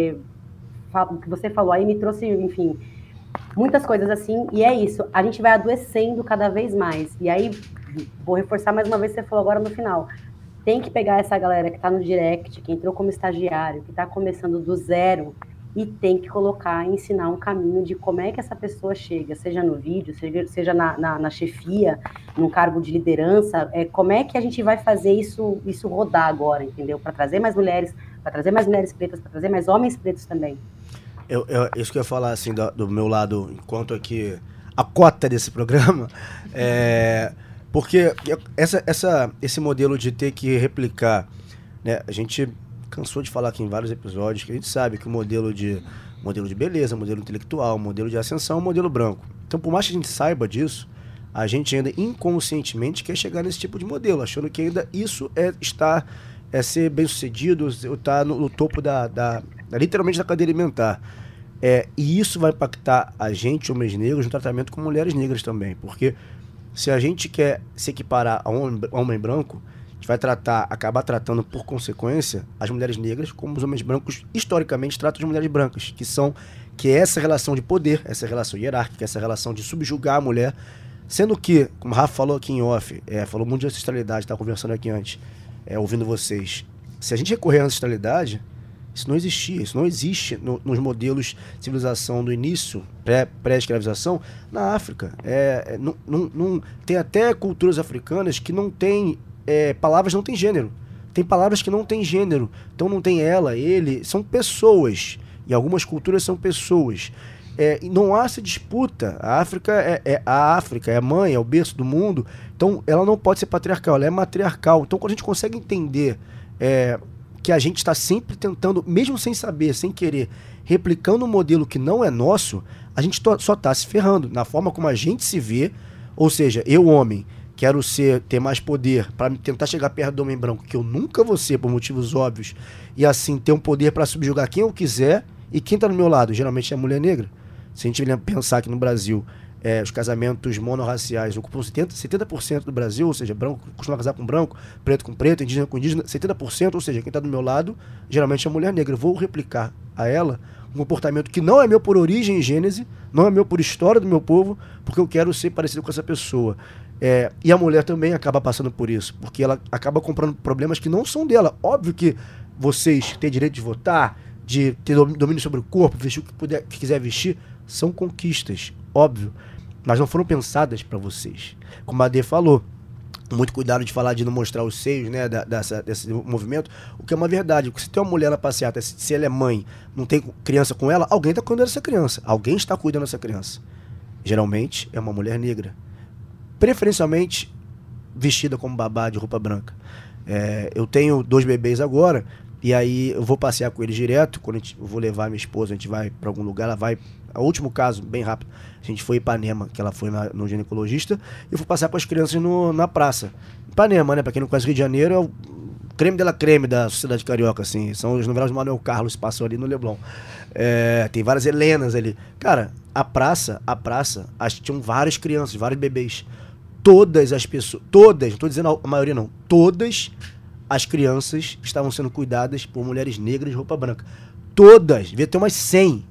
você falou aí me trouxe, enfim, muitas coisas assim, e é isso, a gente vai adoecendo cada vez mais. E aí, vou reforçar mais uma vez o que você falou agora no final. Tem que pegar essa galera que está no direct, que entrou como estagiário, que está começando do zero, e tem que colocar, ensinar um caminho de como é que essa pessoa chega, seja no vídeo, seja na chefia, num cargo de liderança, como é que a gente vai fazer isso rodar agora, entendeu? Para trazer mais mulheres, para trazer mais mulheres pretas, para trazer mais homens pretos também. Isso que eu ia falar, assim, do meu lado, enquanto aqui a cota desse programa, porque esse modelo de ter que replicar, né, a gente cansou de falar aqui em vários episódios que a gente sabe que o modelo de beleza, modelo intelectual, modelo de ascensão é um modelo branco. Então, por mais que a gente saiba disso, a gente ainda inconscientemente quer chegar nesse tipo de modelo, achando que ainda isso é ser bem-sucedido, estar no topo literalmente da cadeia alimentar. E isso vai impactar a gente, homens negros, no tratamento com mulheres negras também. Porque se a gente quer se equiparar a homem branco, gente vai acabar tratando por consequência as mulheres negras como os homens brancos historicamente tratam as mulheres brancas, que é essa relação de poder, essa relação hierárquica, essa relação de subjugar a mulher, sendo que, como o Rafa falou aqui em off, falou muito de ancestralidade, estava conversando aqui antes, ouvindo vocês, se a gente recorrer à ancestralidade, isso não existia, isso não existe nos modelos de civilização do início, pré-escravização, na África. Tem até culturas africanas que não tem, palavras não tem gênero. Tem palavras que não tem gênero. Então não tem ela, ele, são pessoas. Em algumas culturas são pessoas. E não há essa disputa. A África é a mãe, é o berço do mundo. Então ela não pode ser patriarcal, ela é matriarcal. Então quando a gente consegue entender que a gente está sempre tentando, mesmo sem saber, sem querer, replicando um modelo que não é nosso, a gente só está se ferrando na forma como a gente se vê. Ou seja, eu, homem, quero ter mais poder para tentar chegar perto do homem branco, que eu nunca vou ser por motivos óbvios, e assim ter um poder para subjugar quem eu quiser, e quem está do meu lado geralmente é a mulher negra. Se a gente pensar que no Brasil os casamentos monorraciais ocupam 70% do Brasil, ou seja, branco costuma casar com branco, preto com preto, indígena com indígena, 70%, ou seja, quem está do meu lado, geralmente é a mulher negra. Eu vou replicar a ela um comportamento que não é meu por origem e gênese, não é meu por história do meu povo, porque eu quero ser parecido com essa pessoa. E a mulher também acaba passando por isso, porque ela acaba comprando problemas que não são dela. Óbvio que vocês têm direito de votar, de ter domínio sobre o corpo, vestir o que quiser vestir, são conquistas, óbvio, mas não foram pensadas para vocês. Como a Ade falou, muito cuidado de falar de não mostrar os seios, né, desse movimento, o que é uma verdade. Porque se tem uma mulher na passeata, se ela é mãe, não tem criança com ela, alguém está cuidando dessa criança, alguém está cuidando dessa criança. Geralmente é uma mulher negra, preferencialmente vestida como babá de roupa branca. Eu tenho 2 bebês agora, e aí eu vou passear com eles direto. Quando eu vou levar minha esposa, a gente vai para algum lugar, ela vai... O último caso, bem rápido, a gente foi em Ipanema, que ela foi no ginecologista, e eu fui passear com as crianças na praça. Ipanema, né, pra quem não conhece Rio de Janeiro, é o creme de la creme da sociedade carioca, assim, são as novelas do Manuel Carlos, passam ali no Leblon. Tem várias Helenas ali. Cara, a praça, tinham várias crianças, vários bebês. Todas as pessoas, não tô dizendo a maioria não, todas as crianças estavam sendo cuidadas por mulheres negras de roupa branca. Todas, devia ter umas 100.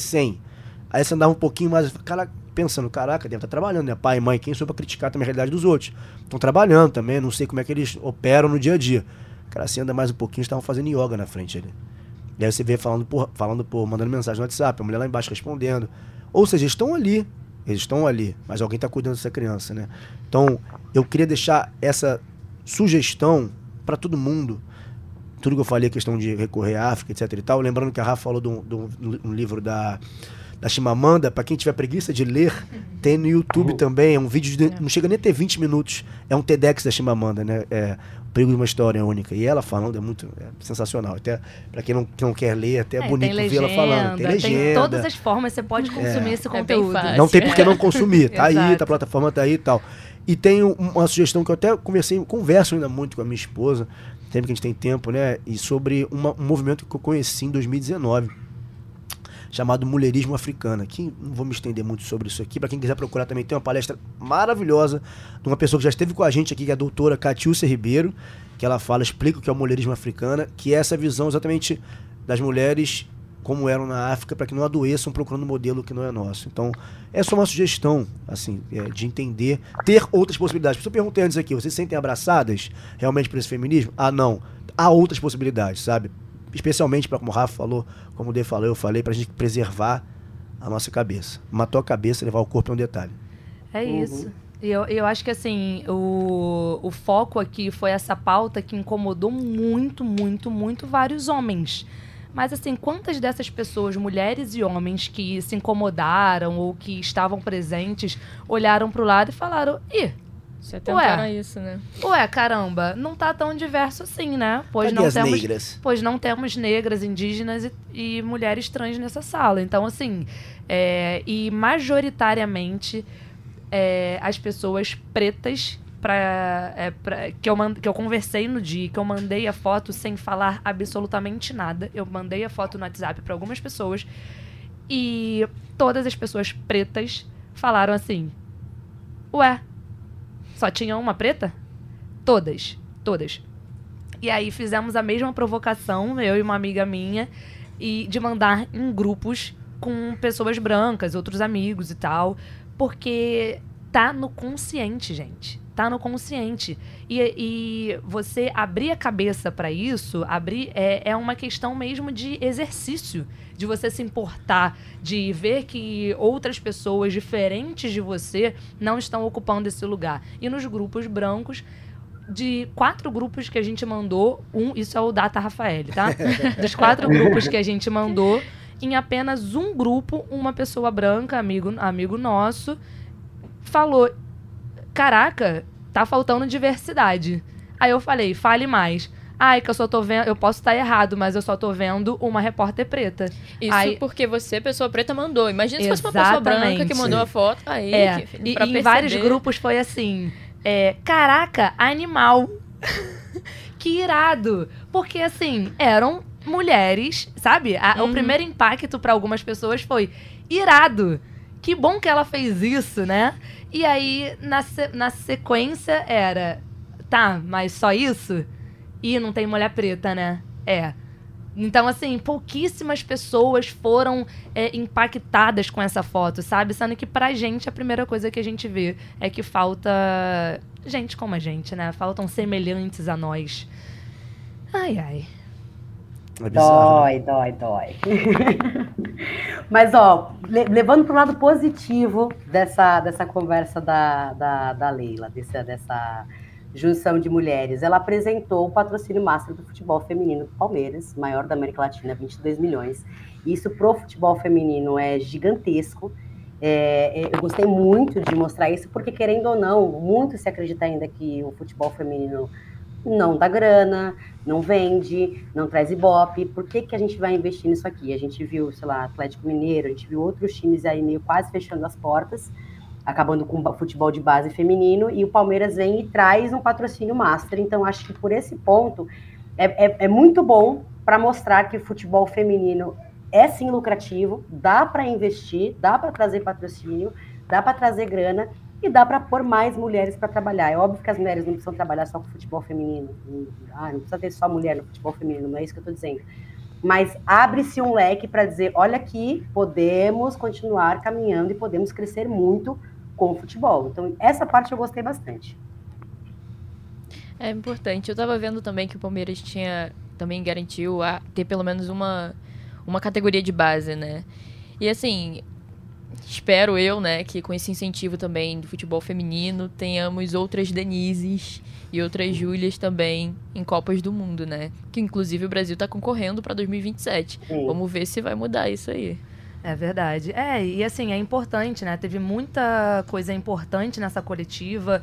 Aí você andava um pouquinho mais, pensando, caraca, deve estar trabalhando, né? Pai e mãe, quem sou pra criticar também a realidade dos outros? Estão trabalhando também, não sei como é que eles operam no dia a dia. Cara, você anda mais um pouquinho, estavam fazendo yoga na frente ali. E aí você vê mandando mensagem no WhatsApp, a mulher lá embaixo respondendo. Ou seja, eles estão ali, mas alguém está cuidando dessa criança, né? Então, eu queria deixar essa sugestão para todo mundo. Tudo que eu falei, a questão de recorrer à África, etc e tal. Lembrando que a Rafa falou de um livro da Chimamanda, para quem tiver preguiça de ler, tem no YouTube também, é um vídeo, não chega nem a ter 20 minutos, é um TEDx da Chimamanda, né? O perigo de uma história única. E ela falando é sensacional. Até para quem não quer ler, até é bonito ver ela falando. Tem legenda. Tem todas as formas você pode consumir esse conteúdo. Não tem por que não consumir. Tá aí, a plataforma tá aí e tal. E tem uma sugestão que eu até converso ainda muito com a minha esposa, sempre que a gente tem tempo, né? E sobre um movimento que eu conheci em 2019. Chamado Mulherismo Africana. Aqui não vou me estender muito sobre isso aqui. Para quem quiser procurar também, tem uma palestra maravilhosa de uma pessoa que já esteve com a gente aqui, que é a doutora Catiúcia Ribeiro, que ela explica o que é o mulherismo africana, que é essa visão exatamente das mulheres como eram na África, para que não adoeçam procurando um modelo que não é nosso. Então, é só uma sugestão, assim, de entender, ter outras possibilidades. Eu perguntei antes aqui, vocês se sentem abraçadas realmente por esse feminismo? Ah, não. Há outras possibilidades, sabe? Especialmente para, como o Rafa falou, como o Dê falou, eu falei, para a gente preservar a nossa cabeça. Matou a cabeça, levar o corpo é um detalhe. É isso. E eu acho que, assim, o foco aqui foi essa pauta que incomodou muito, muito, muito vários homens. Mas, assim, quantas dessas pessoas, mulheres e homens, que se incomodaram ou que estavam presentes, olharam para o lado e falaram, você tentaram isso, né? Caramba, não tá tão diverso assim, né? Pois não temos negras, indígenas e mulheres trans nessa sala. Então, assim, e majoritariamente as pessoas pretas que eu conversei no dia, que eu mandei a foto sem falar absolutamente nada. Eu mandei a foto no WhatsApp para algumas pessoas e todas as pessoas pretas falaram assim, só tinha uma preta? Todas. E aí fizemos a mesma provocação, eu e uma amiga minha, e de mandar em grupos com pessoas brancas, outros amigos e tal, porque tá no consciente, gente. Tá no consciente. E você abrir a cabeça para isso, é uma questão mesmo de exercício, de você se importar, de ver que outras pessoas diferentes de você não estão ocupando esse lugar. E nos grupos brancos, de 4 grupos que a gente mandou, isso é o Data Rafael, tá? Dos 4 grupos que a gente mandou, em apenas um grupo, uma pessoa branca, amigo nosso, falou: caraca, tá faltando diversidade. Aí eu falei: fale mais. É que eu só tô vendo, eu posso estar errado, mas eu só tô vendo uma repórter preta. Isso porque você, pessoa preta, mandou. Imagina se fosse uma pessoa branca que mandou a foto. Aí, e em vários grupos foi assim: caraca, animal. Que irado. Porque assim, eram mulheres, sabe? O primeiro impacto para algumas pessoas foi: irado. Que bom que ela fez isso, né? E aí, na sequência, era: tá, mas só isso? E não tem mulher preta, né? Então, assim, pouquíssimas pessoas foram impactadas com essa foto, sabe? Sendo que pra gente, a primeira coisa que a gente vê é que falta gente como a gente, né? Faltam semelhantes a nós. Ai, ai. É bizarro, Dói. Mas, ó, levando para o lado positivo dessa conversa da Leila, dessa junção de mulheres, ela apresentou o patrocínio master do futebol feminino do Palmeiras, maior da América Latina, 22 milhões. Isso pro futebol feminino é gigantesco. Eu gostei muito de mostrar isso, porque, querendo ou não, muito se acredita ainda que o futebol feminino não dá grana, não vende, não traz ibope. Por que a gente vai investir nisso aqui? A gente viu, sei lá, Atlético Mineiro, a gente viu outros times aí meio quase fechando as portas, acabando com o futebol de base feminino, e o Palmeiras vem e traz um patrocínio master. Então, acho que por esse ponto é muito bom para mostrar que o futebol feminino é sim lucrativo, dá para investir, dá para trazer patrocínio, dá para trazer grana, e dá para pôr mais mulheres para trabalhar. É óbvio que as mulheres não precisam trabalhar só com futebol feminino. Não precisa ter só mulher no futebol feminino, não é isso que eu estou dizendo. Mas abre-se um leque para dizer: olha aqui, podemos continuar caminhando e podemos crescer muito com o futebol. Então, essa parte eu gostei bastante. É importante. Eu estava vendo também que o Palmeiras também garantiu ter pelo menos uma categoria de base, né? E assim, espero eu, né, que com esse incentivo também do futebol feminino tenhamos outras Denises e outras Júlias também em Copas do Mundo, né? Que inclusive o Brasil está concorrendo para 2027. Sim. Vamos ver se vai mudar isso aí. É verdade. E assim, é importante, né? Teve muita coisa importante nessa coletiva.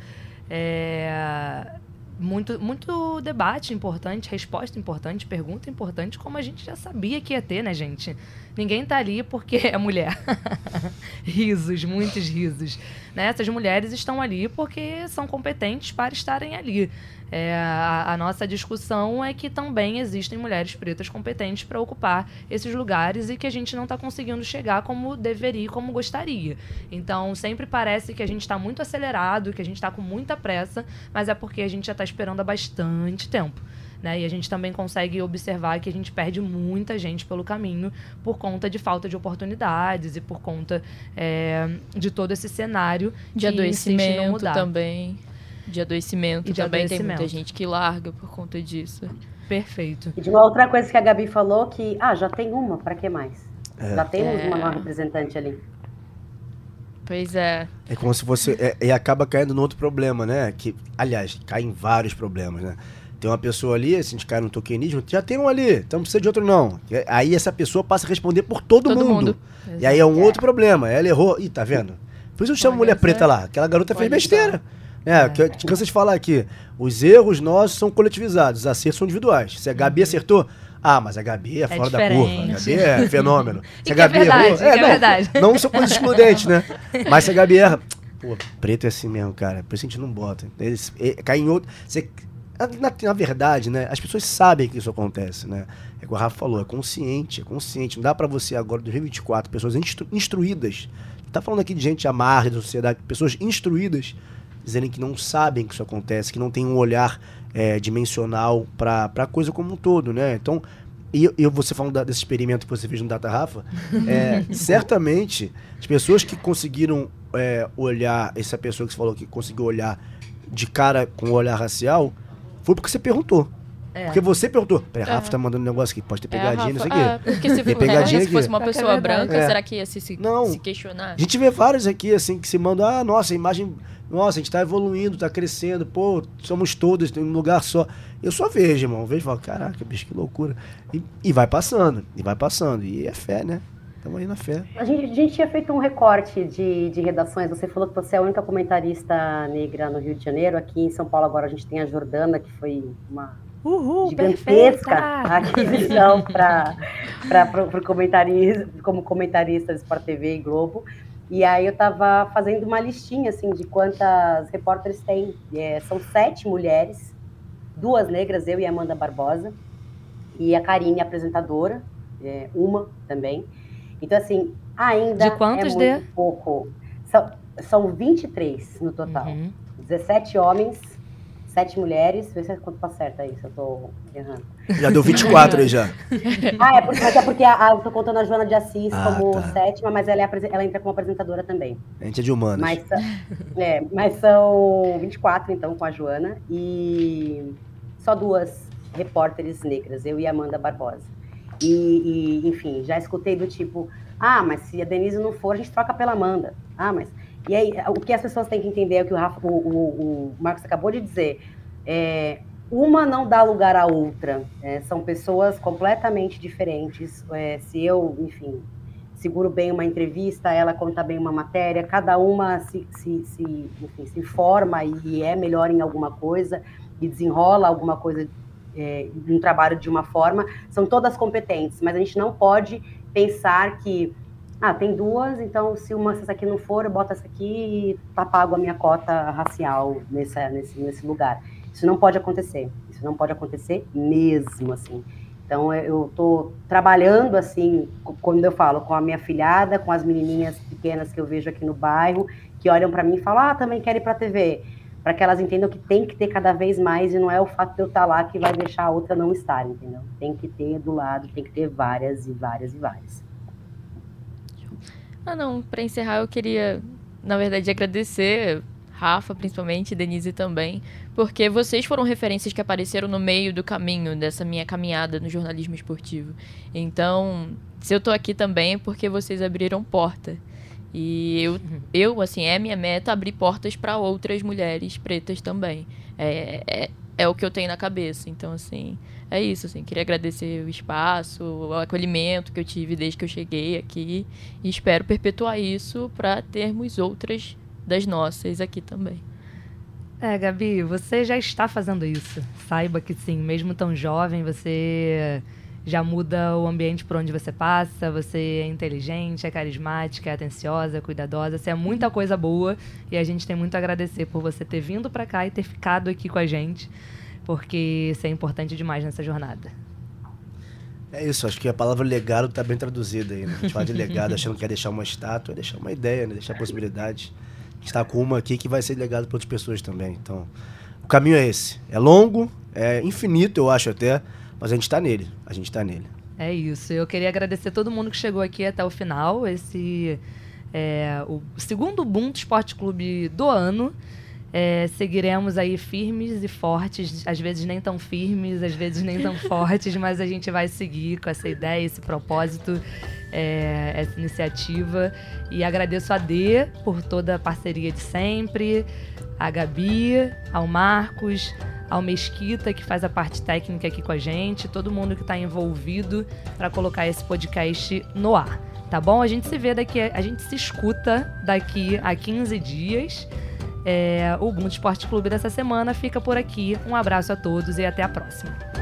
Muito debate importante, resposta importante, pergunta importante, como a gente já sabia que ia ter, né, gente? Ninguém tá ali porque é mulher. Risos, muitos risos. Né? Essas mulheres estão ali porque são competentes para estarem ali. A nossa discussão é que também existem mulheres pretas competentes para ocupar esses lugares e que a gente não está conseguindo chegar como deveria, como gostaria. Então, sempre parece que a gente está muito acelerado, que a gente está com muita pressa, mas é porque a gente já está esperando há bastante tempo. Né? E a gente também consegue observar que a gente perde muita gente pelo caminho por conta de falta de oportunidades e por conta de todo esse cenário de adoecimento também. De adoecimento também. Tem muita gente que larga por conta disso. Perfeito. E de uma outra coisa que a Gabi falou, que já tem uma, para que mais? Já temos uma nova representante ali. Pois é. É como se você... E acaba caindo no outro problema, né? Que, aliás, cai em vários problemas, né? Tem uma pessoa ali, se a gente cai no tokenismo, já tem um ali, então não precisa de outro não. Aí essa pessoa passa a responder por todo mundo. E aí é um outro problema. Ela errou. Ih, tá vendo? Por isso eu chamo mulher preta lá. Aquela garota fez besteira. Que cansa de falar aqui. Os erros nossos são coletivizados, os acertos são individuais. Se a Gabi acertou, mas a Gabi é fora da curva. A Gabi é fenômeno. Se a Gabi errou, verdade. Não são coisas excludentes, né? Mas se a Gabi erra, preto é assim mesmo, cara. Por isso a gente não bota. Eles caem em outro. Na verdade, né, as pessoas sabem que isso acontece, né? É o que o Rafa falou, é consciente. Não dá pra você agora, em 2024, pessoas instruídas, tá falando aqui de gente amarga da sociedade, pessoas instruídas, dizerem que não sabem que isso acontece, que não tem um olhar dimensional para a coisa como um todo, né? Então, e você falando desse experimento que você fez no Data Rafa, certamente as pessoas que conseguiram olhar, essa pessoa que você falou que conseguiu olhar de cara com o olhar racial, foi porque você perguntou. Porque você perguntou, peraí, Rafa tá mandando um negócio aqui, pode ter pegadinha, não sei o quê. Porque se fosse uma pessoa branca, será que ia se questionar? A gente vê vários aqui, assim, que se mandam, nossa, a imagem, nossa, a gente tá evoluindo, tá crescendo, pô, somos todos em um lugar só. Eu só vejo, irmão, vejo e falo, caraca, bicho, que loucura. E vai passando, e é fé, né? Estamos aí na fé. A gente tinha feito um recorte de redações. Você falou que você é a única comentarista negra no Rio de Janeiro. Aqui em São Paulo agora a gente tem a Jordana, que foi uma gigantesca aquisição para como comentarista do Sport TV e Globo. E aí eu estava fazendo uma listinha assim, de quantas repórteres tem. São 7 mulheres, 2 negras, eu e a Amanda Barbosa, e a Karine, apresentadora, uma também. Então, assim, ainda de quantos é muito pouco. São 23 no total. 17 homens, 7 mulheres. Vê se quanto tá certo aí, se eu tô errando. Já deu 24 aí já. Mas é porque eu tô contando a Joana de Assis como 7ª, mas ela entra como apresentadora também. A gente é de humanas. Mas são 24, então, com a Joana. E só 2 repórteres negras, eu e a Amanda Barbosa. Enfim, já escutei do tipo, mas se a Denise não for, a gente troca pela Amanda. E aí, o que as pessoas têm que entender é o que o Marcos acabou de dizer. Uma não dá lugar à outra. São pessoas completamente diferentes. Se eu, enfim, seguro bem uma entrevista, ela conta bem uma matéria, cada uma se informa e é melhor em alguma coisa e desenrola alguma coisa um trabalho de uma forma, são todas competentes, mas a gente não pode pensar que tem 2, então se essa aqui não for, eu boto essa aqui e tá pago a minha cota racial nesse lugar. Isso não pode acontecer mesmo, assim. Então eu tô trabalhando, assim, quando eu falo com a minha filhada, com as menininhas pequenas que eu vejo aqui no bairro, que olham para mim e falam, também quero ir pra TV, para que elas entendam que tem que ter cada vez mais, e não é o fato de eu estar lá que vai deixar a outra não estar, entendeu? Tem que ter do lado, tem que ter várias e várias e várias. Para encerrar, eu queria, na verdade, agradecer Rafa, principalmente, Denise também, porque vocês foram referências que apareceram no meio do caminho dessa minha caminhada no jornalismo esportivo. Então, se eu tô aqui também é porque vocês abriram porta. E eu, assim, é minha meta abrir portas para outras mulheres pretas também. É o que eu tenho na cabeça. Então, assim, é isso, assim. Queria agradecer o espaço, o acolhimento que eu tive desde que eu cheguei aqui. E espero perpetuar isso para termos outras das nossas aqui também. Gabi, você já está fazendo isso. Saiba que sim, mesmo tão jovem, você já muda o ambiente por onde você passa, você é inteligente, é carismática, é atenciosa, é cuidadosa, você é muita coisa boa e a gente tem muito a agradecer por você ter vindo pra cá e ter ficado aqui com a gente, porque isso é importante demais nessa jornada. É isso, acho que a palavra legado tá bem traduzida aí, né? A gente fala de legado achando que quer deixar uma estátua, é deixar uma ideia, né? Deixar possibilidade. A gente tá com uma aqui que vai ser legado para outras pessoas também. Então, o caminho é esse. É longo, é infinito, eu acho até, mas a gente tá nele. É isso. Eu queria agradecer todo mundo que chegou aqui até o final. Esse é o segundo Ubuntu Esporte Clube do ano. Seguiremos aí firmes e fortes, às vezes nem tão firmes, às vezes nem tão fortes, mas a gente vai seguir com essa ideia, esse propósito, essa iniciativa. E agradeço a Dê por toda a parceria de sempre, a Gabi, ao Marcos, ao Mesquita, que faz a parte técnica aqui com a gente, todo mundo que está envolvido para colocar esse podcast no ar, tá bom? A gente se escuta daqui a 15 dias. O Ubuntu Esporte Clube dessa semana fica por aqui. Um abraço a todos e até a próxima.